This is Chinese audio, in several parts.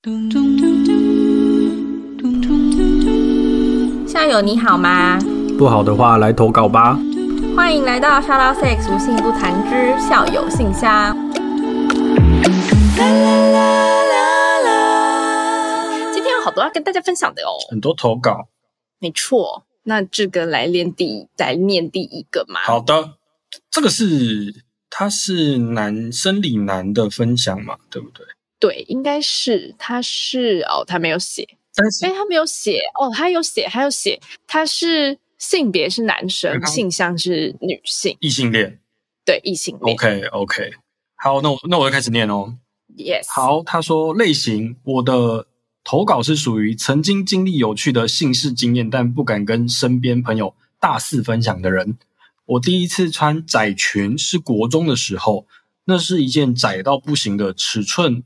校友你好吗？ 不好的话来投稿吧。 欢迎来到 Shout Out Sex 无性不谈之校友信箱。今天有好多要跟大家分享的哦， 很多投稿。 没错，那这个来念第一个嘛。 好的，这个他是生理男的分享嘛，对不对？ 对，应该是他没有写，他没有写他有写，他是性别是男生，性向是女性， 异性恋。 对，异性恋。 OK， 好，那我就开始念哦。 Yes。 好，他说类型，我的投稿是属于曾经经历有趣的性事经验，但不敢跟身边朋友大肆分享的人。我第一次穿窄裙是国中的时候，那是一件窄到不行的尺寸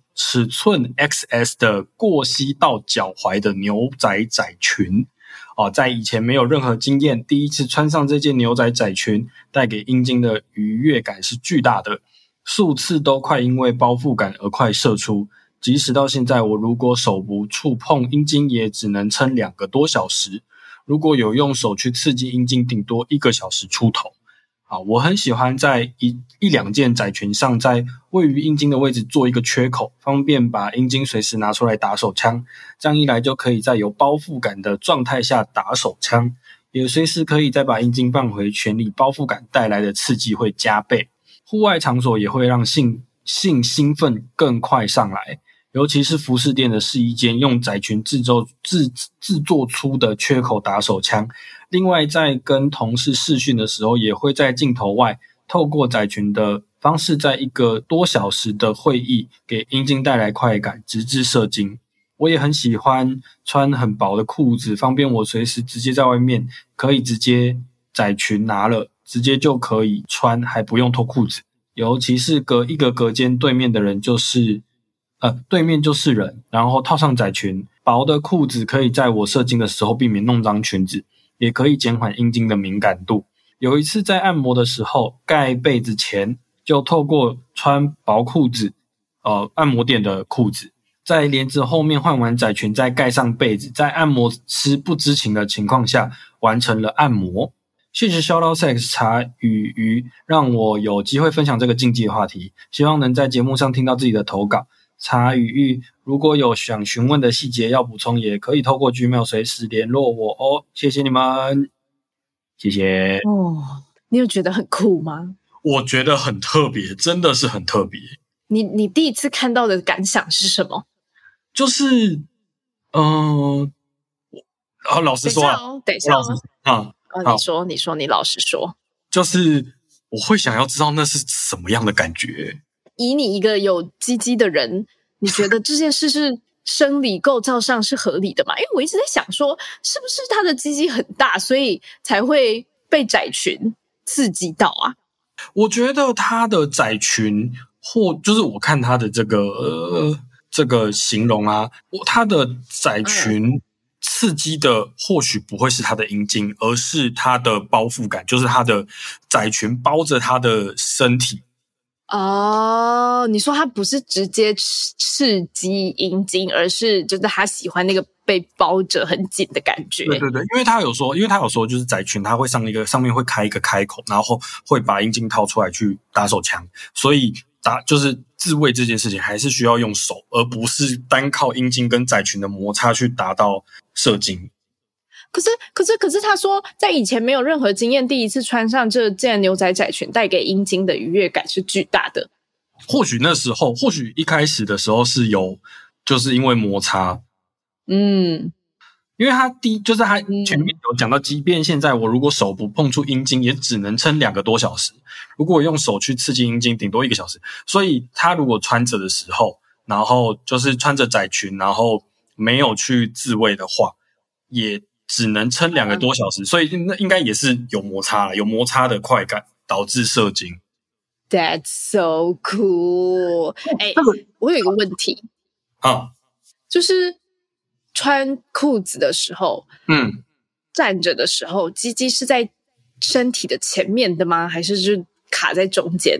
XS 的过膝到脚踝的牛仔窄裙。在以前没有任何经验，第一次穿上这件牛仔窄裙，带给阴茎的愉悦感是巨大的，数次都快因为包覆感而快射出。即使到现在，我如果手不触碰阴茎，也只能撑2个多小时。如果有用手去刺激阴茎，顶多1个小时出头。我很喜欢在一两件窄裙上，在位于阴茎的位置做一个缺口，方便把阴茎随时拿出来打手枪。这样一来就可以在有包覆感的状态下打手枪，也随时可以再把阴茎放回圈里，包覆感带来的刺激会加倍。户外场所也会让性兴奋更快上来，尤其是服饰店的试衣间，用窄裙制作出的缺口打手枪。另外在跟同事视讯的时候，也会在镜头外透过窄裙的方式，在1个多小时的会议给阴茎带来快感，直至射精。我也很喜欢穿很薄的裤子，方便我随时直接在外面可以直接窄裙拿了，直接就可以穿，还不用脱裤子。尤其是隔一个隔间对面就是人，然后套上窄裙，薄的裤子可以在我射精的时候避免弄脏裙子，也可以减缓阴茎的敏感度。有一次在按摩的时候，盖被子前就透过穿薄裤子，按摩店的裤子，在帘子后面换完窄裙，再盖上被子，在按摩师不知情的情况下完成了按摩。谢谢 Shout Out Sex 茶与鱼，让我有机会分享这个禁忌的话题，希望能在节目上听到自己的投稿。茶与玉，如果有想询问的细节要补充，也可以透过 Gmail 随时联络我哦。谢谢你们，谢谢。 你有觉得很酷吗？ 我觉得很特别，真的是很特别。 你第一次看到的感想是什么？ 就是老实说等一下你说你老实说， 就是我会想要知道那是什么样的感觉。 以你一个有鸡鸡的人，你觉得这件事是生理构造上是合理的吗？因为我一直在想说，是不是他的鸡鸡很大，所以才会被窄裙刺激到啊？ 我觉得他的窄裙，或就是我看他的这个形容啊，他的窄裙刺激的或许不会是他的阴茎，而是他的包覆感，就是他的窄裙包着他的身体。 你说他不是直接刺激阴茎，而是就是他喜欢那个被包着很紧的感觉。 对，因为他有说就是窄裙它会上面会开一个开口，然后会把阴茎掏出来去打手枪，所以就是自慰这件事情还是需要用手，而不是单靠阴茎跟窄裙的摩擦去达到射精。 可是他说在以前没有任何经验，第一次穿上这件牛仔窄裙带给阴茎的愉悦感是巨大的。 或许一开始的时候是有，就是因为摩擦。因为他就是他前面有讲到，即便现在我如果手不碰触阴茎，也只能撑2个多小时。如果我用手去刺激阴茎，顶多1个小时。所以他如果穿着的时候，然后就是穿着窄裙，然后没有去自慰的话，也只能撑2个多小时。所以那应该也是有摩擦的快感导致射精。 That's so cool。我有一个问题就是穿裤子的时候，站着的时候，鸡鸡是在身体的前面的吗？还是就卡在中间？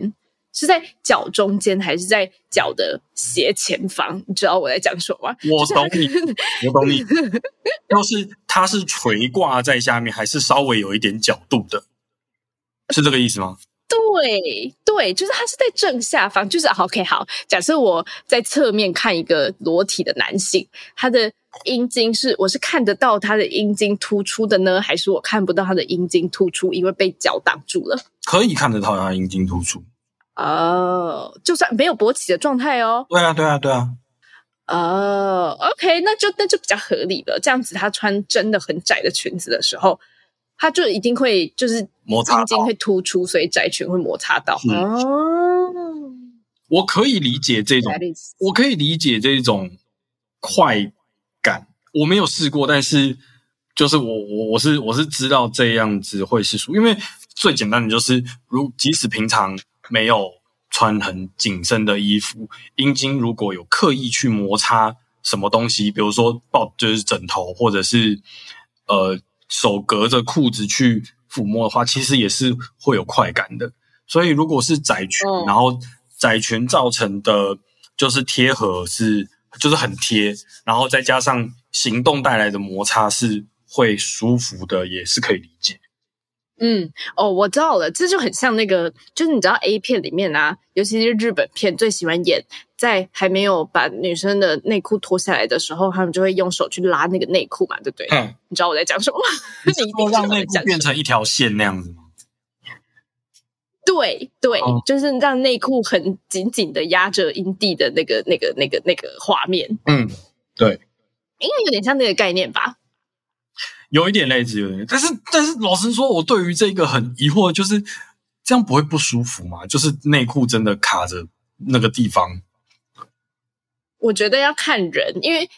是在脚中间还是在脚的斜前方？你知道我在讲什么吗？ 我懂你，我懂你。就是它是垂挂在下面，还是稍微有一点角度的，是这个意思吗？ 对，就是它是在正下方，就是 OK 好。假设我在侧面看一个裸体的男性，他的阴茎我是看得到他的阴茎突出的呢，还是我看不到他的阴茎突出，因为被脚挡住了？ 可以看得到他的阴茎突出哦，就算没有勃起的状态哦。 对啊。 哦 ，OK， 那就比较合理了。这样子，他穿真的很窄的裙子的时候，他就一定会就是摩擦到， 阴茎会突出，所以窄裙会摩擦到。哦， 我可以理解这种快感，我没有试过，但是就是我是知道这样子会是因为最简单的就是，即使平常没有穿很紧身的衣服，阴茎如果有刻意去摩擦什么东西，比如说就是枕头，或者是手隔着裤子去抚摸的话，其实也是会有快感的。所以如果是窄裙，然后窄裙造成的就是贴合就是很贴，然后再加上行动带来的摩擦是会舒服的，也是可以理解。 我知道了，这就很像那个，就是你知道 A 片里面啊，尤其是日本片最喜欢演，在还没有把女生的内裤脱下来的时候，他们就会用手去拉那个内裤嘛，对不对？你知道我在讲什么吗？ 你是说让内裤变成一条线那样子吗？ 对，就是让内裤很紧紧的压着阴蒂的那个画面。 对， 应该有点像那个概念吧。 有一点类似，但是老实说，我对于这个很疑惑，就是这样不会不舒服吗？就是内裤真的卡着那个地方。 我觉得要看人，因为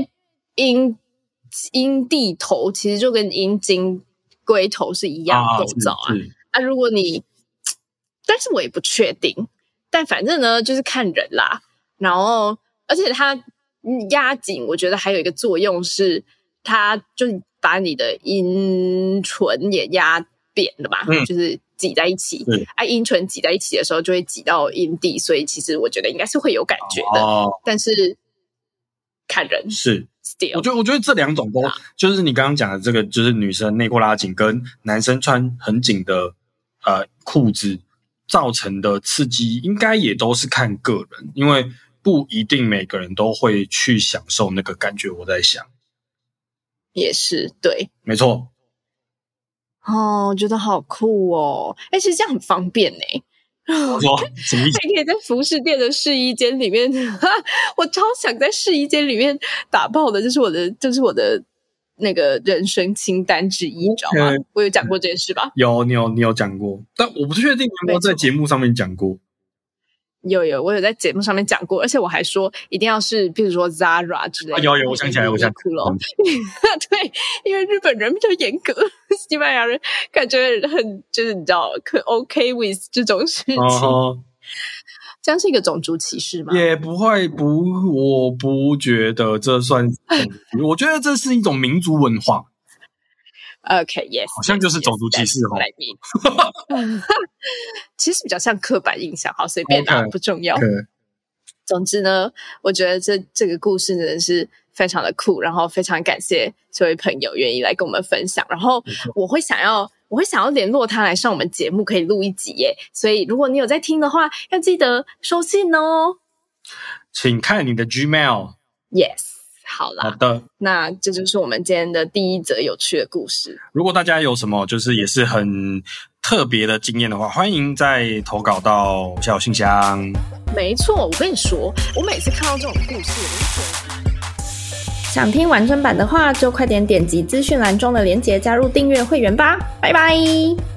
阴蒂头其实就跟阴茎龟头是一样构造如果你，但是我也不确定，但反正呢就是看人啦。然后，而且它压紧，我觉得还有一个作用是，它就把你的阴唇也压扁了嘛，就是挤在一起。阴唇挤在一起的时候，就会挤到阴蒂，所以其实我觉得应该是会有感觉的。但是看人是。我觉得这两种都就是你刚刚讲的这个，就是女生内裤拉紧跟男生穿很紧的裤子造成的刺激，应该也都是看个人，因为不一定每个人都会去享受那个感觉。我在想， 也是对， 没错。 我觉得好酷哦！其实这样很方便呢。 我说什么意思？ 还可以在服饰店的试衣间里面，我超想在试衣间里面打炮的，这是我的那个人生清单之一，你知道吗？我有讲过这件事吧？ 有，你有讲过，但我不确定有没有在节目上面讲过。 有，我有在节目上面讲过，而且我还说一定要是，比如说 Zara 之类的。 有，我想起来，我想哭了。 对，因为日本人比较严格，西班牙人感觉很就是你知道可 OK with 这种事情。这样是一个种族歧视吗？ 也不会，我不觉得这算是我觉得这是一种民族文化。 OK，yes， 好像就是种族歧视哦。 其实比较像刻板印象，好随便啦，不重要。总之呢，我觉得这个故事真的是非常的酷，然后非常感谢这位朋友愿意来跟我们分享。然后我会想要联络他来上我们节目，可以录一集耶。所以如果你有在听的话，要记得收信哦。 请看你的 Gmail。Yes。 好啦， 好的， 那这就是我们今天的第一则有趣的故事。 如果大家有什么就是也是很特别的经验的话，欢迎再投稿到小信箱。 没错，我跟你说，我每次看到这种故事，我就觉得想听完整版的话，就快点点击资讯栏中的连结加入订阅会员吧。拜拜。